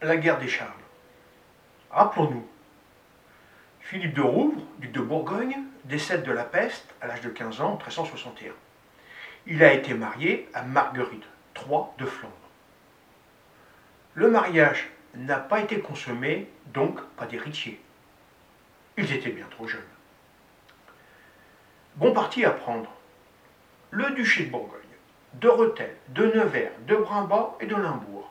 La guerre des Charles. Rappelons-nous, Philippe de Rouvre, duc de Bourgogne, décède de la peste à l'âge de 15 ans en 1361. Il a été marié à Marguerite III de Flandre. Le mariage n'a pas été consommé, donc pas d'héritier. Ils étaient bien trop jeunes. Bon parti à prendre. Le duché de Bourgogne, de Rethel, de Nevers, de Brabant et de Limbourg.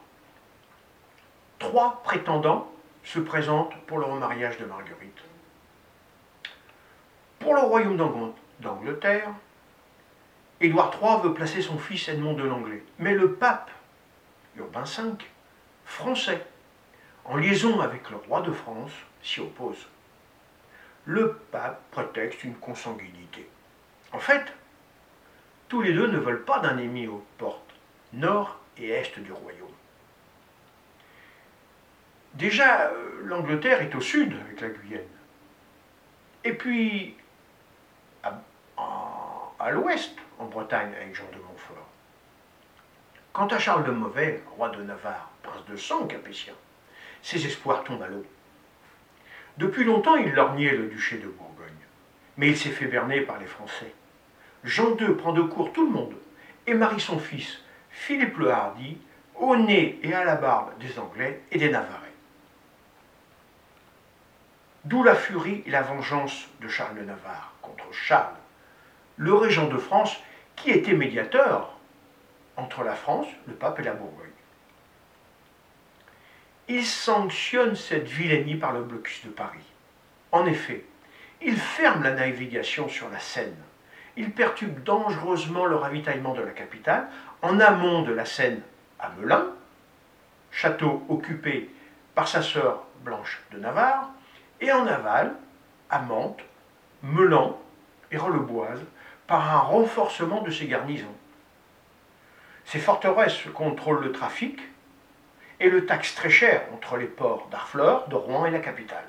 3 prétendants se présentent pour le remariage de Marguerite. Pour le royaume d'Angleterre, Édouard III veut placer son fils Edmond de Langlais. Mais le pape, Urbain V, français, en liaison avec le roi de France, s'y oppose. Le pape prétexte une consanguinité. En fait, tous les deux ne veulent pas d'un ennemi aux portes, nord et est du royaume. Déjà, l'Angleterre est au sud avec la Guyenne. Et puis, à l'ouest, en Bretagne, avec Jean de Montfort. Quant à Charles de Mauvais, roi de Navarre, prince de sang capétien, ses espoirs tombent à l'eau. Depuis longtemps, il lorgnait le duché de Bourgogne, mais il s'est fait berner par les Français. Jean II prend de court tout le monde et marie son fils, Philippe le Hardi, au nez et à la barbe des Anglais et des Navarrais. D'où la furie et la vengeance de Charles de Navarre contre Charles, le régent de France, qui était médiateur entre la France, le pape et la Bourgogne. Il sanctionne cette vilainie par le blocus de Paris. En effet, il ferme la navigation sur la Seine. Il perturbe dangereusement le ravitaillement de la capitale, en amont de la Seine à Melun, château occupé par sa sœur Blanche de Navarre, et en aval à Mantes, Melun et Rolleboise, par un renforcement de ses garnisons. Ces forteresses contrôlent le trafic et le taxent très cher entre les ports d'Harfleur, de Rouen et la capitale.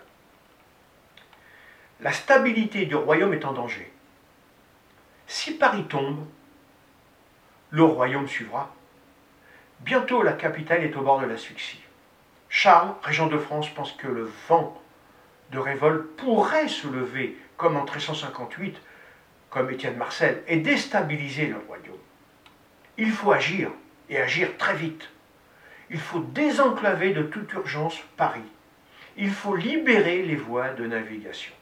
La stabilité du royaume est en danger. Si Paris tombe, le royaume suivra. Bientôt la capitale est au bord de l'asphyxie. Charles, régent de France, pense que le vent de révolte pourrait se lever, comme en 1358, comme Étienne Marcel, et déstabiliser le royaume. Il faut agir, et agir très vite. Il faut désenclaver de toute urgence Paris. Il faut libérer les voies de navigation.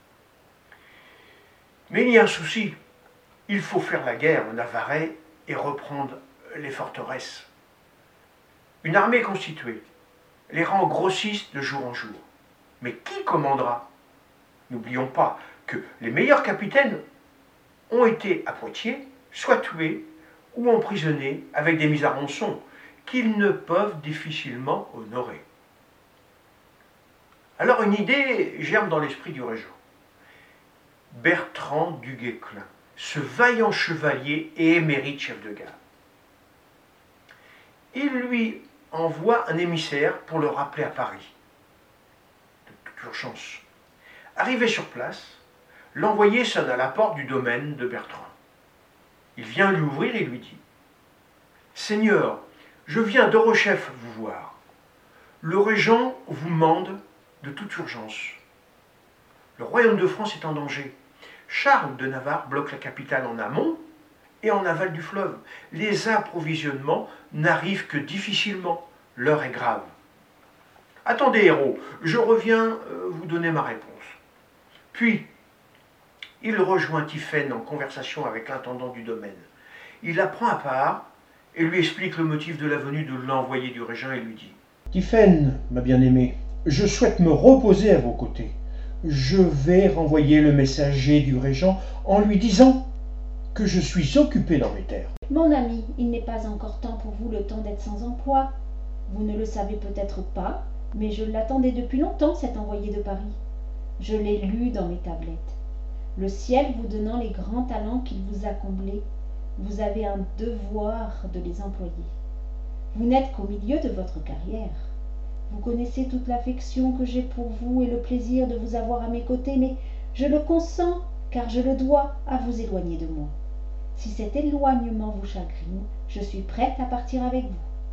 Mais il y a un souci. Il faut faire la guerre aux Navarrais et reprendre les forteresses. Une armée constituée. Les rangs grossissent de jour en jour. Mais qui commandera? N'oublions pas que les meilleurs capitaines ont été à Poitiers, soit tués ou emprisonnés avec des mises à rançon qu'ils ne peuvent difficilement honorer. Alors une idée germe dans l'esprit du régent. Bertrand du Guesclin, ce vaillant chevalier et émérite chef de gare. Il lui envoie un émissaire pour le rappeler à Paris. De toute urgence. Arrivé sur place, l'envoyé sonne à la porte du domaine de Bertrand. Il vient lui ouvrir et lui dit « Seigneur, je viens d'Orochef vous voir. Le régent vous mande de toute urgence. Le royaume de France est en danger. Charles de Navarre bloque la capitale en amont et en aval du fleuve. Les approvisionnements n'arrivent que difficilement. L'heure est grave. Attendez, héros, je reviens vous donner ma réponse. » Puis, il rejoint Tiphaine en conversation avec l'intendant du domaine. Il la prend à part et lui explique le motif de la venue de l'envoyé du régent et lui dit « Tiphaine, ma bien-aimée, je souhaite me reposer à vos côtés. Je vais renvoyer le messager du régent en lui disant que je suis occupé dans mes terres. » Mon ami, il n'est pas encore temps pour vous le temps d'être sans emploi. Vous ne le savez peut-être pas, mais je l'attendais depuis longtemps, cet envoyé de Paris. Je l'ai lu dans mes tablettes. Le ciel vous donnant les grands talents qu'il vous a comblés, vous avez un devoir de les employer. Vous n'êtes qu'au milieu de votre carrière. Vous connaissez toute l'affection que j'ai pour vous et le plaisir de vous avoir à mes côtés, mais je le consens, car je le dois à vous éloigner de moi. Si cet éloignement vous chagrine, je suis prête à partir avec vous.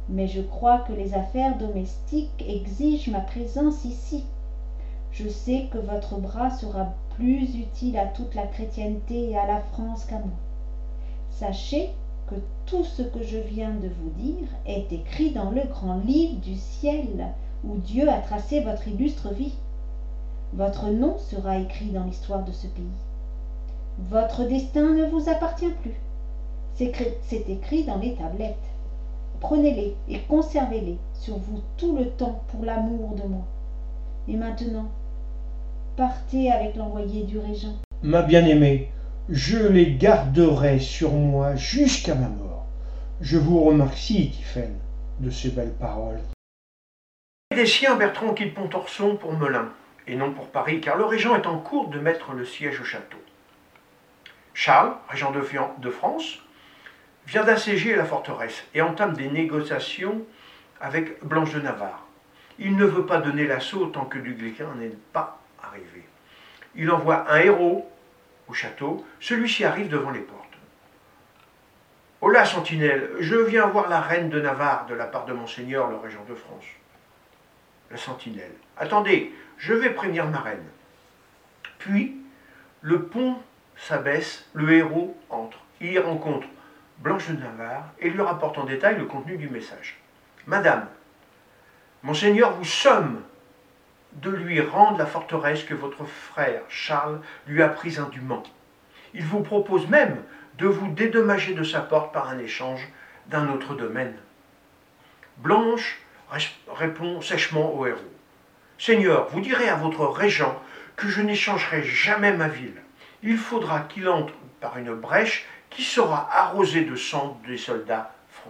mais je crois que les affaires domestiques exigent ma présence ici. Je sais que votre bras sera plus utile à toute la chrétienté et à la France qu'à moi. Sachez que tout ce que je viens de vous dire est écrit dans le grand livre du ciel où Dieu a tracé votre illustre vie. Votre nom sera écrit dans l'histoire de ce pays. Votre destin ne vous appartient plus. C'est écrit dans les tablettes. Prenez-les et conservez-les sur vous tout le temps pour l'amour de moi. Et maintenant, partez avec l'envoyé du régent. Ma bien-aimée, je les garderai sur moi jusqu'à ma mort. Je vous remercie, Tiphaine, de ces belles paroles. Des siens, Bertrand quitte Pontorson pour Melun, et non pour Paris, car le régent est en cours de mettre le siège au château. Charles, régent de France, vient d'assiéger la forteresse et entame des négociations avec Blanche de Navarre. Il ne veut pas donner l'assaut tant que Du Guesclin n'est pas arrivé. Il envoie un héros au château, celui-ci arrive devant les portes. « Hola, sentinelle, je viens voir la reine de Navarre de la part de monseigneur le régent de France. » La sentinelle. « Attendez, je vais prévenir ma reine. » Puis, le pont s'abaisse, le héros entre. Il y rencontre Blanche de Navarre et lui rapporte en détail le contenu du message. « Madame, monseigneur vous somme de lui rendre la forteresse que votre frère Charles lui a prise indûment. Il vous propose même de vous dédommager de sa porte par un échange d'un autre domaine. » Blanche répond sèchement au héros. « Seigneur, vous direz à votre régent que je n'échangerai jamais ma ville. Il faudra qu'il entre par une brèche qui sera arrosée de sang des soldats français. »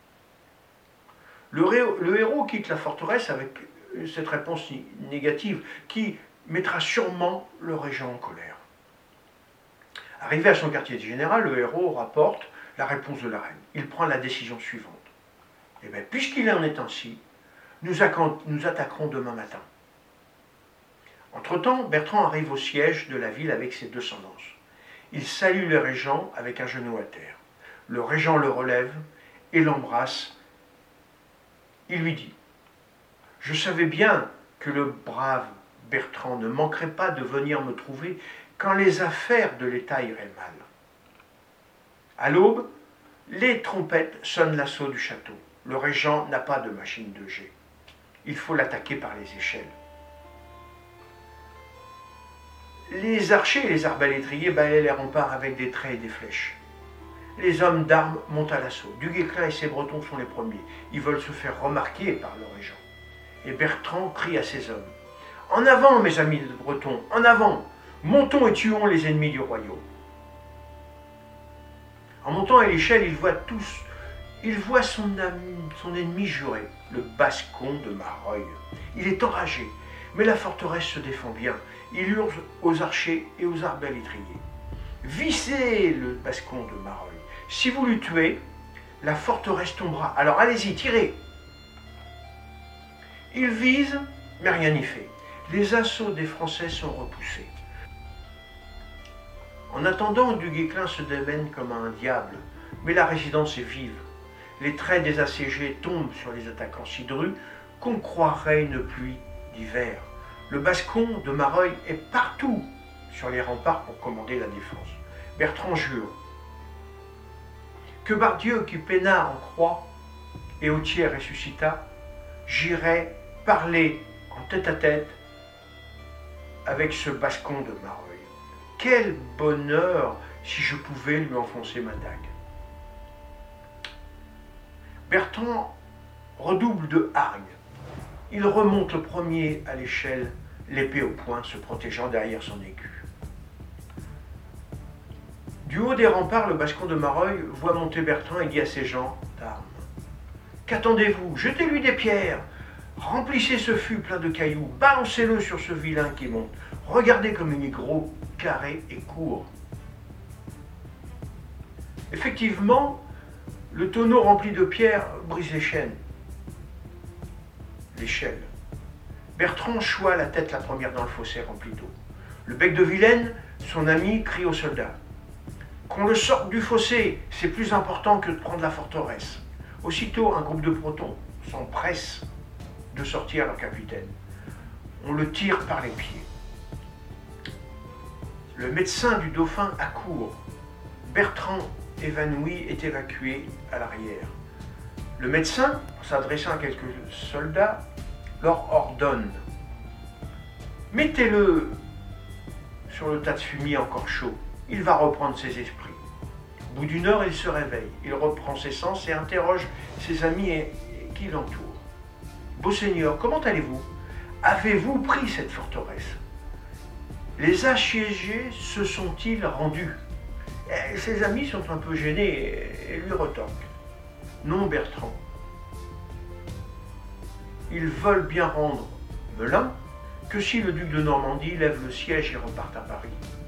Le héros quitte la forteresse avec cette réponse négative qui mettra sûrement le régent en colère. Arrivé à son quartier général, le héros rapporte la réponse de la reine. Il prend la décision suivante. Eh bien, puisqu'il en est ainsi, nous attaquerons demain matin. Entre-temps, Bertrand arrive au siège de la ville avec ses descendants. Il salue le régent avec un genou à terre. Le régent le relève et l'embrasse. Il lui dit « Je savais bien que le brave Bertrand ne manquerait pas de venir me trouver quand les affaires de l'État iraient mal. » À l'aube, les trompettes sonnent l'assaut du château. Le régent n'a pas de machine de jet. Il faut l'attaquer par les échelles. Les archers et les arbalétriers balaient les remparts avec des traits et des flèches. Les hommes d'armes montent à l'assaut. Du Guesclin et ses Bretons sont les premiers. Ils veulent se faire remarquer par le régent. Et Bertrand crie à ses hommes « En avant, mes amis de Bretons, en avant! Montons et tuons les ennemis du royaume. » En montant à l'échelle, il voit son ennemi juré, le Bascon de Mareuil. Il est enragé, mais la forteresse se défend bien. Il hurle aux archers et aux arbalétriers. « Vissez le Bascon de Mareuil. Si vous le tuez, la forteresse tombera. Alors allez-y, tirez !» Il vise, mais rien n'y fait. Les assauts des Français sont repoussés. En attendant, Du Guesclin se démène comme un diable, mais la résidence est vive. Les traits des assiégés tombent sur les attaquants si drus qu'on croirait une pluie d'hiver. Le Bascon de Mareuil est partout sur les remparts pour commander la défense. Bertrand jure que par Dieu qui peina en croix et au tiers ressuscita, j'irai parler en tête-à-tête avec ce Bascon de Mareuil. Quel bonheur si je pouvais lui enfoncer ma dague. Bertrand redouble de hargne. Il remonte le premier à l'échelle, l'épée au poing, se protégeant derrière son écu. Du haut des remparts, le Bascon de Mareuil voit monter Bertrand et dit à ses gens d'armes « Qu'attendez-vous? Jetez-lui des pierres, remplissez ce fût plein de cailloux, balancez-le sur ce vilain qui monte. Regardez comme il est gros, carré et court. » Effectivement, le tonneau rempli de pierres brise les chaînes. L'échelle. Bertrand choit la tête la première dans le fossé rempli d'eau. Le bec de Vilaine, son ami, crie aux soldats. « Qu'on le sorte du fossé, c'est plus important que de prendre la forteresse. » Aussitôt, un groupe de Bretons s'empresse de sortir leur capitaine. On le tire par les pieds. Le médecin du dauphin accourt. Bertrand, évanoui, est évacué à l'arrière. Le médecin, s'adressant à quelques soldats, leur ordonne « Mettez-le sur le tas de fumier encore chaud, il va reprendre ses esprits. » Au bout d'une heure, il se réveille, il reprend ses sens et interroge ses amis qui l'entourent. « Beau seigneur, comment allez-vous? Avez-vous pris cette forteresse? Les assiégés se sont-ils rendus ?» Ses amis sont un peu gênés et lui retorquent. « Non, Bertrand. Ils veulent bien rendre Melun que si le duc de Normandie lève le siège et repart à Paris.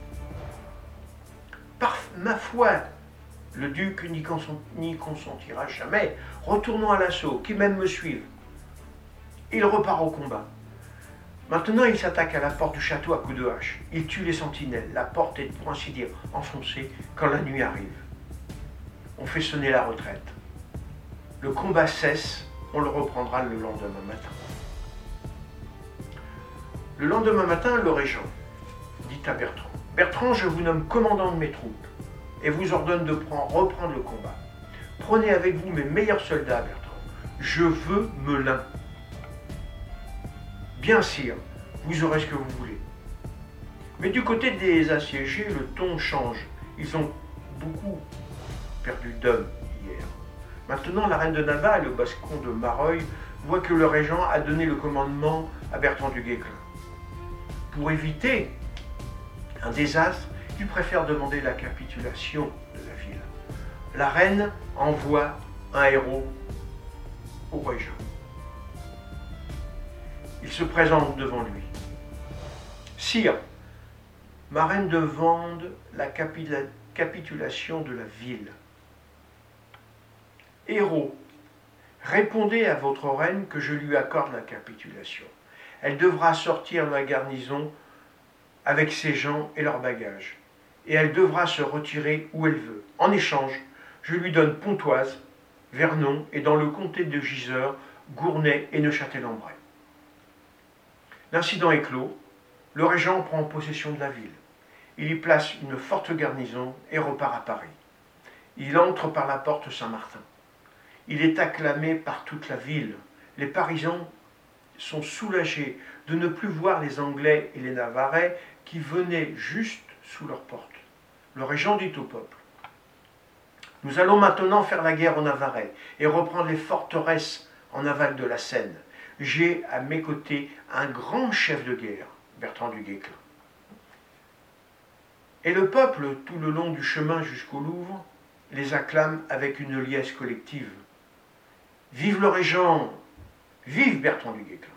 Par ma foi, le duc n'y consentira jamais. Retournons à l'assaut, qui même me suivent. » Il repart au combat. Maintenant, il s'attaque à la porte du château à coups de hache. Il tue les sentinelles. La porte est, pour ainsi dire, enfoncée quand la nuit arrive. On fait sonner la retraite. Le combat cesse. On le reprendra le lendemain matin. Le lendemain matin, le régent dit à Bertrand « Bertrand, je vous nomme commandant de mes troupes et vous ordonne de reprendre le combat. Prenez avec vous mes meilleurs soldats, Bertrand. Je veux Melun. » « Bien, sire, vous aurez ce que vous voulez. » Mais du côté des assiégés, le ton change. Ils ont beaucoup perdu d'hommes hier. Maintenant, la reine de Navarre et le Gascon de Mareuil voient que le régent a donné le commandement à Bertrand du Guesclin. Pour éviter un désastre, il préfère demander la capitulation de la ville. La reine envoie un héros au régent. Il se présente devant lui. « Sire, ma reine demande la capitulation de la ville. » « Héros, répondez à votre reine que je lui accorde la capitulation. Elle devra sortir de la garnison avec ses gens et leurs bagages, et elle devra se retirer où elle veut. En échange, je lui donne Pontoise, Vernon et dans le comté de Giseurs, Gournay et Neufchâtel-en-Bray. » L'incident est clos, le régent prend possession de la ville. Il y place une forte garnison et repart à Paris. Il entre par la porte Saint-Martin. Il est acclamé par toute la ville. Les Parisiens sont soulagés de ne plus voir les Anglais et les Navarrais qui venaient juste sous leur porte. Le régent dit au peuple : « Nous allons maintenant faire la guerre aux Navarrais et reprendre les forteresses en aval de la Seine. J'ai à mes côtés un grand chef de guerre, Bertrand du Guesclin. » Et le peuple, tout le long du chemin jusqu'au Louvre, les acclame avec une liesse collective. Vive le régent, vive Bertrand du Guesclin.